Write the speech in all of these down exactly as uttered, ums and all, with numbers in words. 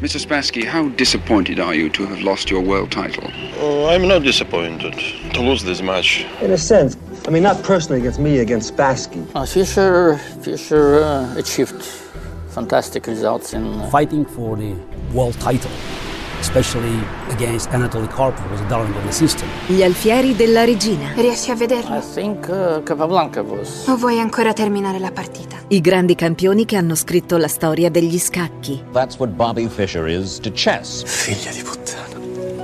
Mister Spassky, how disappointed are you to have lost your world title? Oh, I'm not disappointed to lose this match. In a sense, I mean, not personally against me, against Spassky. Uh, Fischer, Fischer uh, achieved fantastic results in uh... fighting for the world title, especially against Anatoly Karpov, who was a darling of the system. Gli alfieri della regina. Riesci a vederlo? I think uh, Capablanca was. O vuoi ancora terminare la partita? I grandi campioni che hanno scritto la storia degli scacchi. That's what Bobby Fischer is to chess. Figlia di puttana.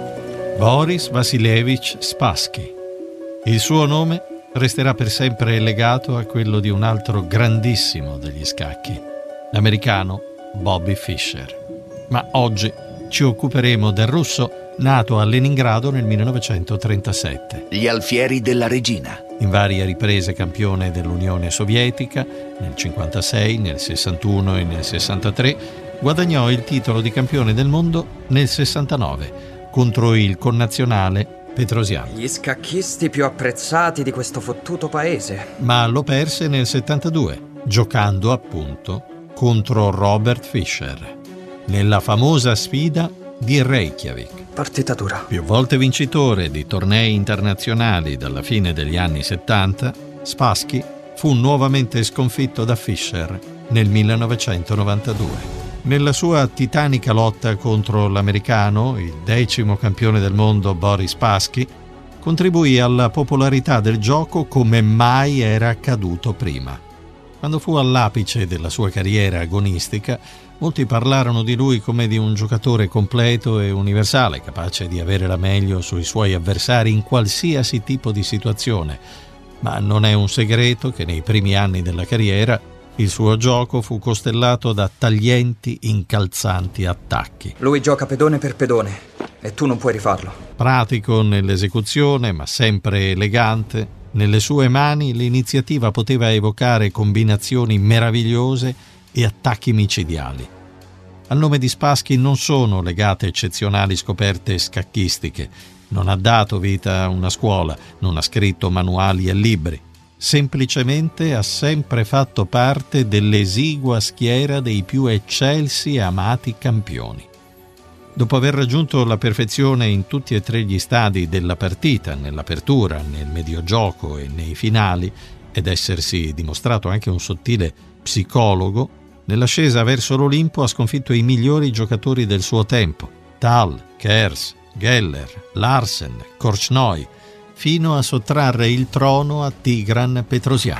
Boris Vasilievich Spassky. Il suo nome resterà per sempre legato a quello di un altro grandissimo degli scacchi, l'americano Bobby Fischer. Ma oggi ci occuperemo del russo nato a Leningrado nel millenovecentotrentasette. Gli alfieri della regina. In varie riprese campione dell'Unione Sovietica, nel cinquantasei, nel sessantuno e nel sessantatré, guadagnò il titolo di campione del mondo nel sessantanove contro il connazionale Petrosian. Gli scacchisti più apprezzati di questo fottuto paese. Ma lo perse nel settantadue, giocando appunto contro Robert Fischer, nella famosa sfida di Reykjavik. Partita dura. Più volte vincitore di tornei internazionali dalla fine degli anni settanta, Spassky fu nuovamente sconfitto da Fischer nel millenovecentonovantadue. Nella sua titanica lotta contro l'americano, il decimo campione del mondo Boris Spassky contribuì alla popolarità del gioco come mai era accaduto prima. Quando fu all'apice della sua carriera agonistica, molti parlarono di lui come di un giocatore completo e universale, capace di avere la meglio sui suoi avversari in qualsiasi tipo di situazione. Ma non è un segreto che nei primi anni della carriera il suo gioco fu costellato da taglienti, incalzanti attacchi. Lui gioca pedone per pedone e tu non puoi rifarlo. Pratico nell'esecuzione, ma sempre elegante, nelle sue mani l'iniziativa poteva evocare combinazioni meravigliose e attacchi micidiali. Al nome di Spassky non sono legate eccezionali scoperte scacchistiche. Non ha dato vita a una scuola, non ha scritto manuali e libri. Semplicemente ha sempre fatto parte dell'esigua schiera dei più eccelsi e amati campioni. Dopo aver raggiunto la perfezione in tutti e tre gli stadi della partita, nell'apertura, nel mediogioco e nei finali, ed essersi dimostrato anche un sottile psicologo, nell'ascesa verso l'Olimpo ha sconfitto i migliori giocatori del suo tempo: Tal, Kers, Geller, Larsen, Korchnoi, fino a sottrarre il trono a Tigran Petrosian.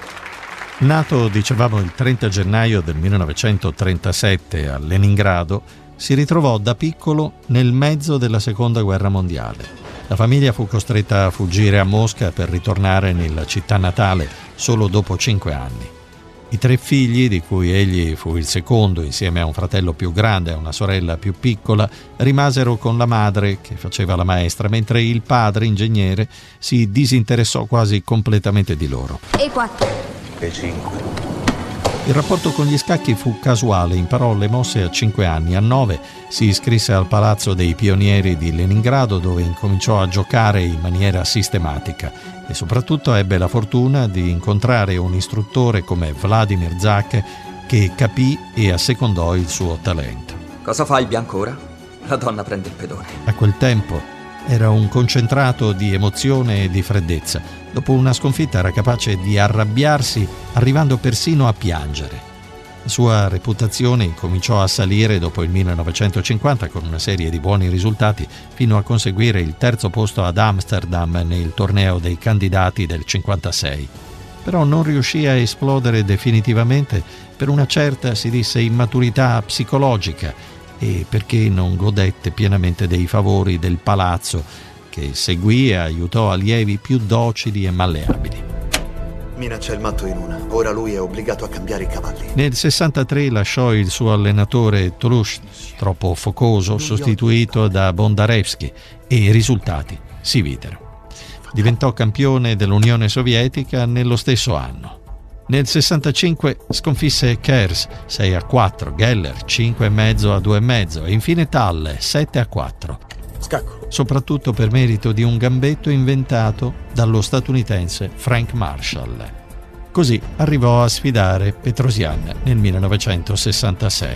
Nato, dicevamo, il trenta gennaio del millenovecentotrentasette a Leningrado, si ritrovò da piccolo nel mezzo della Seconda Guerra Mondiale. La famiglia fu costretta a fuggire a Mosca per ritornare nella città natale solo dopo cinque anni. I tre figli, di cui egli fu il secondo insieme a un fratello più grande e a una sorella più piccola, rimasero con la madre che faceva la maestra, mentre il padre, ingegnere, si disinteressò quasi completamente di loro. E quattro. E cinque. Il rapporto con gli scacchi fu casuale, imparò le mosse a cinque anni. A nove si iscrisse al Palazzo dei Pionieri di Leningrado, dove incominciò a giocare in maniera sistematica e soprattutto ebbe la fortuna di incontrare un istruttore come Vladimir Zak che capì e assecondò il suo talento. Cosa fa il bianco ora? La donna prende il pedone. A quel tempo era un concentrato di emozione e di freddezza. Dopo una sconfitta era capace di arrabbiarsi, arrivando persino a piangere. La sua reputazione incominciò a salire dopo il millenovecentocinquanta con una serie di buoni risultati, fino a conseguire il terzo posto ad Amsterdam nel torneo dei candidati del cinquantasei. Però non riuscì a esplodere definitivamente per una certa, si disse, immaturità psicologica e perché non godette pienamente dei favori del palazzo, che seguì e aiutò allievi più docili e malleabili. Minaccia il matto in una. Ora lui è obbligato a cambiare i cavalli. Nel sessantatré lasciò il suo allenatore Toulouse, troppo focoso, sostituito da Bondarevsky, e i risultati si videro. Diventò campione dell'Unione Sovietica nello stesso anno. Nel sessantacinque sconfisse Kers sei a quattro, Geller cinque e mezzo a due e mezzo e infine Tal sette a quattro. Scacco. Soprattutto per merito di un gambetto inventato dallo statunitense Frank Marshall. Così arrivò a sfidare Petrosian nel millenovecentosessantasei.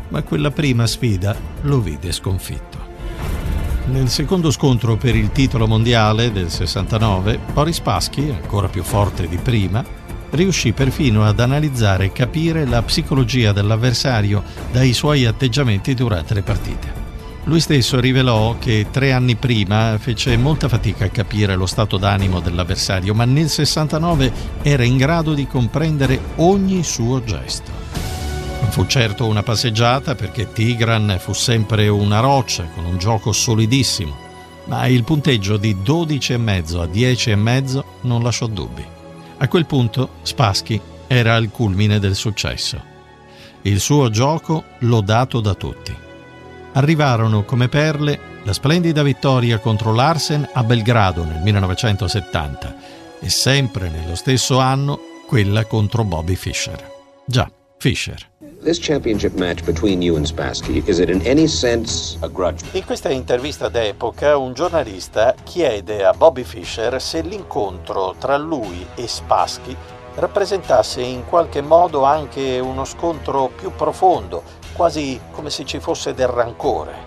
ma quella prima sfida lo vide sconfitto. Nel secondo scontro per il titolo mondiale del sessantanove, Boris Spassky, ancora più forte di prima, riuscì perfino ad analizzare e capire la psicologia dell'avversario dai suoi atteggiamenti durante le partite. Lui stesso rivelò che tre anni prima fece molta fatica a capire lo stato d'animo dell'avversario, ma nel sessantanove era in grado di comprendere ogni suo gesto. Non fu certo una passeggiata, perché Tigran fu sempre una roccia con un gioco solidissimo, ma il punteggio di dodici e mezzo a dieci e mezzo non lasciò dubbi. A quel punto Spassky era al culmine del successo. Il suo gioco lodato da tutti. Arrivarono come perle la splendida vittoria contro Larsen a Belgrado nel millenovecentosettanta e sempre nello stesso anno quella contro Bobby Fischer. Già, Fischer. This championship match between you and Spassky, is it in any sense a grudge? In questa intervista d'epoca un giornalista chiede a Bobby Fischer se l'incontro tra lui e Spassky rappresentasse in qualche modo anche uno scontro più profondo, quasi come se ci fosse del rancore.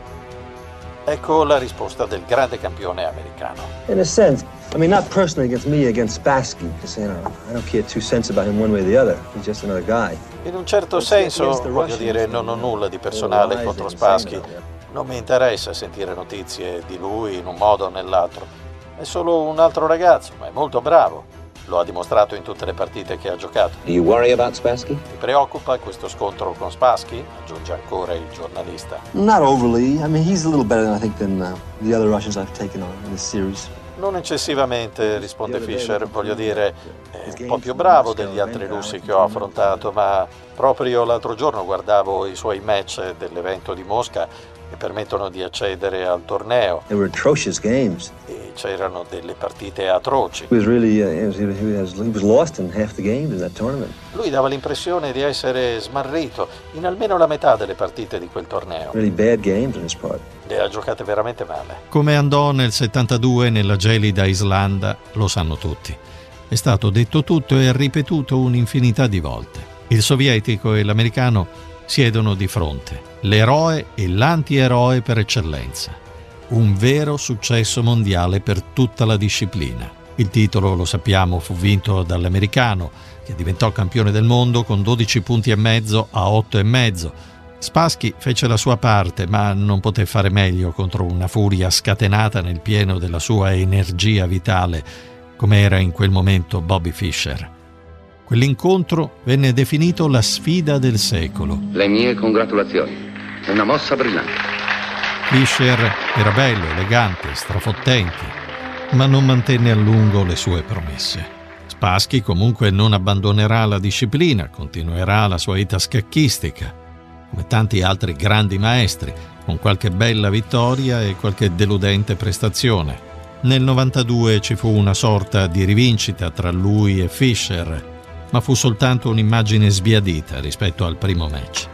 Ecco la risposta del grande campione americano. In a sense, I mean, not personally against me, against Spassky, because, you know, I don't care two cents about him one way or the other. He's just another guy. In un certo senso, voglio dire, non ho nulla di personale contro Spassky. Non mi interessa sentire notizie di lui in un modo o nell'altro. È solo un altro ragazzo, ma è molto bravo. Lo ha dimostrato in tutte le partite che ha giocato. Do you worry about Spassky? Ti preoccupa questo scontro con Spassky? Aggiunge ancora il giornalista. Not overly. I mean, he's a little better, than I think, than uh, the other Russians I've taken on in this series. Non eccessivamente, risponde Fischer, voglio dire, è un po' più bravo degli altri russi che ho affrontato, ma proprio l'altro giorno guardavo i suoi match dell'evento di Mosca che permettono di accedere al torneo. They were atrocious games. E c'erano delle partite atroci. He was really, uh, he was, he was, he was lost in half the games in that tournament. Lui dava l'impressione di essere smarrito in almeno la metà delle partite di quel torneo. Really bad games on his part. Le ha giocate veramente male. Come andò nel settantadue nella gelida Islanda, lo sanno tutti. È stato detto tutto e ripetuto un'infinità di volte. Il sovietico e l'americano siedono di fronte, l'eroe e l'antieroe per eccellenza. Un vero successo mondiale per tutta la disciplina. Il titolo, lo sappiamo, fu vinto dall'americano, che diventò campione del mondo con dodici punti e mezzo a otto e mezzo. Spassky fece la sua parte, ma non poté fare meglio contro una furia scatenata nel pieno della sua energia vitale, come era in quel momento Bobby Fischer. Quell'incontro venne definito la sfida del secolo. Le mie congratulazioni. È una mossa brillante. Fischer era bello, elegante, strafottente, ma non mantenne a lungo le sue promesse. Spassky comunque non abbandonerà la disciplina, continuerà la sua vita scacchistica, come tanti altri grandi maestri, con qualche bella vittoria e qualche deludente prestazione. Nel novantadue ci fu una sorta di rivincita tra lui e Fischer, ma fu soltanto un'immagine sbiadita rispetto al primo match.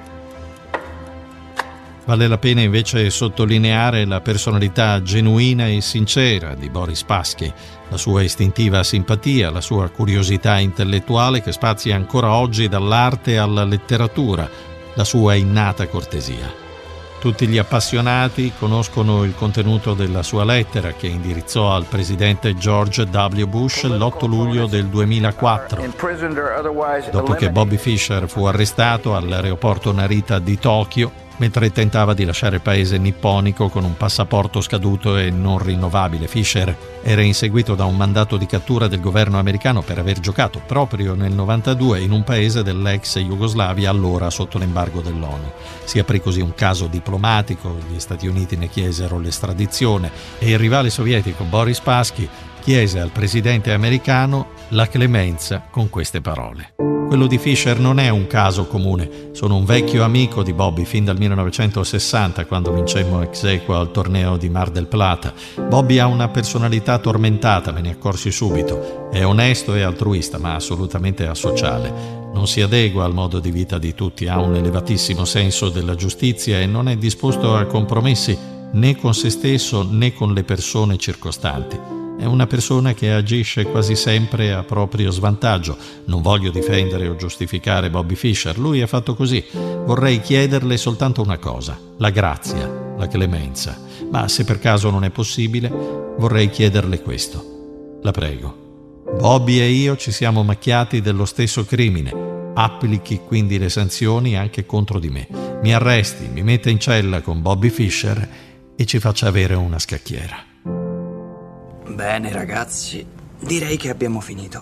Vale la pena invece sottolineare la personalità genuina e sincera di Boris Spassky, la sua istintiva simpatia, la sua curiosità intellettuale che spazia ancora oggi dall'arte alla letteratura, la sua innata cortesia. Tutti gli appassionati conoscono il contenuto della sua lettera che indirizzò al presidente George W. Bush l'otto luglio del duemilaquattro, dopo che Bobby Fischer fu arrestato all'aeroporto Narita di Tokyo mentre tentava di lasciare il paese nipponico con un passaporto scaduto e non rinnovabile. Fischer era inseguito da un mandato di cattura del governo americano per aver giocato proprio nel novantadue in un paese dell'ex Jugoslavia, allora sotto l'embargo dell'ONU. Si aprì così un caso diplomatico, gli Stati Uniti ne chiesero l'estradizione e il rivale sovietico Boris Spassky chiese al presidente americano la clemenza con queste parole. Quello di Fischer non è un caso comune. Sono un vecchio amico di Bobby fin dal millenovecentosessanta, quando vincemmo ex aequo al torneo di Mar del Plata. Bobby ha una personalità tormentata, me ne accorsi subito. È onesto e altruista, ma assolutamente asociale. Non si adegua al modo di vita di tutti, ha un elevatissimo senso della giustizia e non è disposto a compromessi né con se stesso né con le persone circostanti. È una persona che agisce quasi sempre a proprio svantaggio. Non voglio difendere o giustificare Bobby Fischer, lui è fatto così. Vorrei chiederle soltanto una cosa, la grazia, la clemenza. Ma se per caso non è possibile, vorrei chiederle questo. La prego. Bobby e io ci siamo macchiati dello stesso crimine. Applichi quindi le sanzioni anche contro di me. Mi arresti, mi metta in cella con Bobby Fischer e ci faccia avere una scacchiera. Bene, ragazzi, direi che abbiamo finito.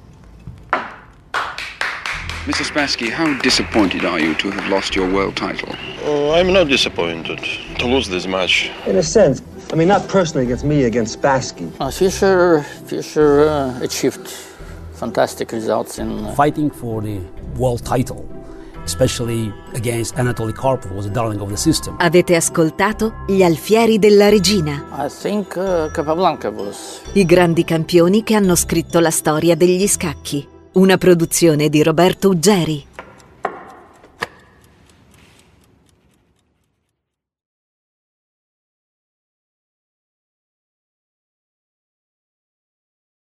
Mister Spassky, how disappointed are you to have lost your world title? Oh, I'm not disappointed to lose this match. In a sense. I mean, not personally against me, against Spassky. Uh, Fischer, Fischer uh, achieved fantastic results in... Uh... Fighting for the world title, especially against Anatoly Karpov, was a darling of the system. Avete ascoltato Gli alfieri della regina. I think uh, Capablanca was... I grandi campioni che hanno scritto la storia degli scacchi. Una produzione di Roberto Uggeri.